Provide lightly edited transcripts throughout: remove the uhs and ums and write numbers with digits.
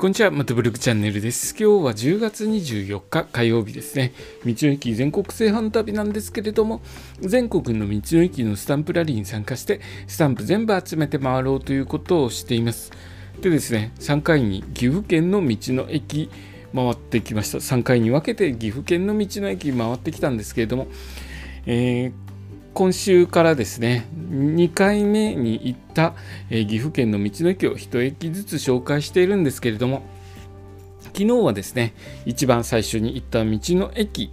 こんにちは、またブログチャンネルです。今日は10月24日火曜日ですね。道の駅全国製販旅なんですけれども、全国の道の駅のスタンプラリーに参加して、スタンプ全部集めて回ろうということをしています。でですね、3回に岐阜県の道の駅回ってきました。3回に分けて岐阜県の道の駅回ってきたんですけれども、今週からですね、2回目に行った、岐阜県の道の駅を1駅ずつ紹介しているんですけれども、昨日はですね、一番最初に行った道の駅、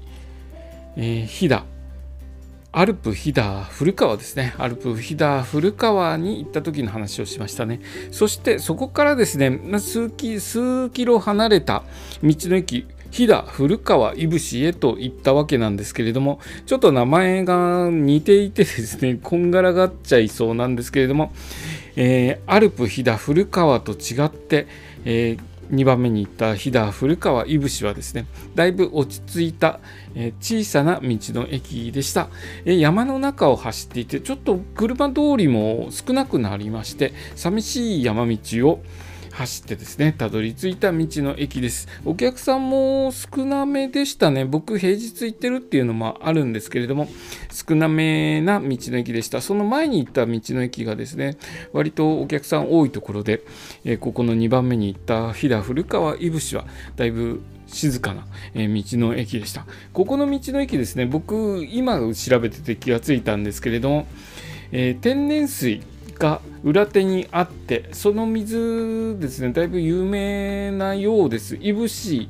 アルプ飛騨古川ですね。アルプ飛騨古川に行った時の話をしましたね。そしてそこからですね、数キロ離れた道の駅、飛騨古川いぶしへと行ったわけなんですけれども、ちょっと名前が似ていてですね、こんがらがっちゃいそうなんですけれども、アルプ飛騨古川と違って、2番目に行った飛騨古川いぶしはですね、だいぶ落ち着いた、小さな道の駅でした。山の中を走っていて、ちょっと車通りも少なくなりまして、寂しい山道を走ってですね、たどり着いた道の駅です。お客さんも少なめでしたね。僕平日行ってるっていうのもあるんですけれども、少なめな道の駅でした。その前に行った道の駅がですね、割とお客さん多いところで、ここの2番目に行った飛騨古川いぶしはだいぶ静かな道の駅でした。ここの道の駅ですね、僕今調べてて気がついたんですけれども、天然水が裏手にあって、その水ですね、だいぶ有名なようです。いぶし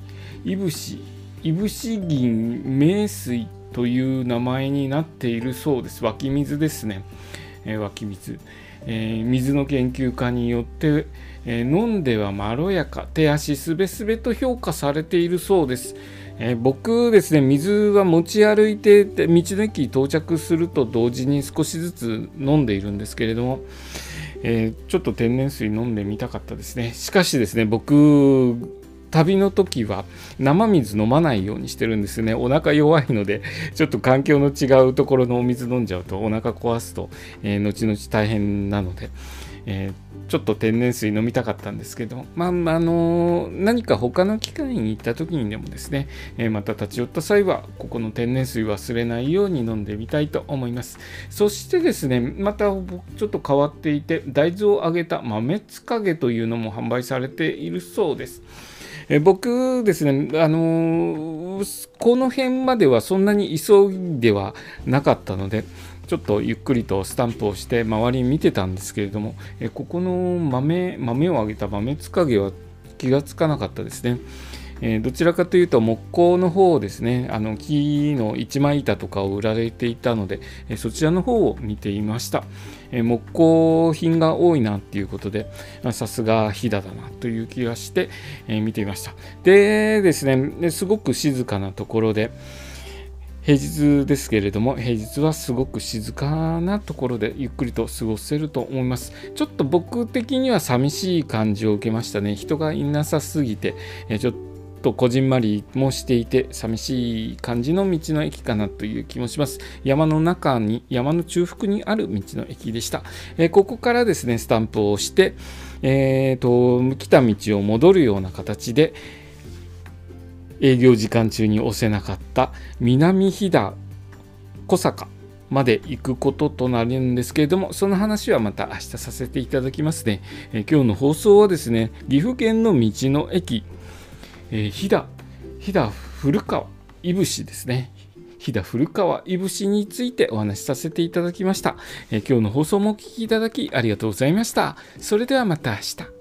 銀名水という名前になっているそうです。湧き水ですね。湧き水。水の研究家によって、飲んではまろやか、手足すべすべと評価されているそうです。僕ですね、水は持ち歩いて道の駅に到着すると同時に少しずつ飲んでいるんですけれども、ちょっと天然水飲んでみたかったですね。しかしですね、僕旅の時は生水飲まないようにしてるんですね。お腹弱いので、ちょっと環境の違うところのお水飲んじゃうとお腹壊すと、後々大変なので、ちょっと天然水飲みたかったんですけど、何か他の機会に行った時にでもですね、また立ち寄った際はここの天然水忘れないように飲んでみたいと思います。そしてですね、またちょっと変わっていて、大豆を揚げた豆つかげというのも販売されているそうです。僕ですね、この辺まではそんなに急いではなかったので、ちょっとゆっくりとスタンプをして周り見てたんですけれども、ここの豆を揚げた豆つかげは気がつかなかったですね。どちらかというと木工の方ですね、木の一枚板とかを売られていたので、そちらの方を見ていました。木工品が多いなっていうことで、さすが飛騨だなという気がして、見ていました。でですね、すごく静かなところで、平日ですけれども、平日はすごく静かなところでゆっくりと過ごせると思います。ちょっと僕的には寂しい感じを受けましたね。人がいなさすぎて、ちょっとこじんまりもしていて寂しい感じの道の駅かなという気もします。山の中腹にある道の駅でした。ここからですね、スタンプをして、来た道を戻るような形で、営業時間中に押せなかった南飛騨小坂まで行くこととなるんですけれども、その話はまた明日させていただきますね。今日の放送はですね、岐阜県の道の駅、飛騨古川いぶしですね。飛騨古川いぶしについてお話しさせていただきました。今日の放送もお聞きいただきありがとうございました。それではまた明日。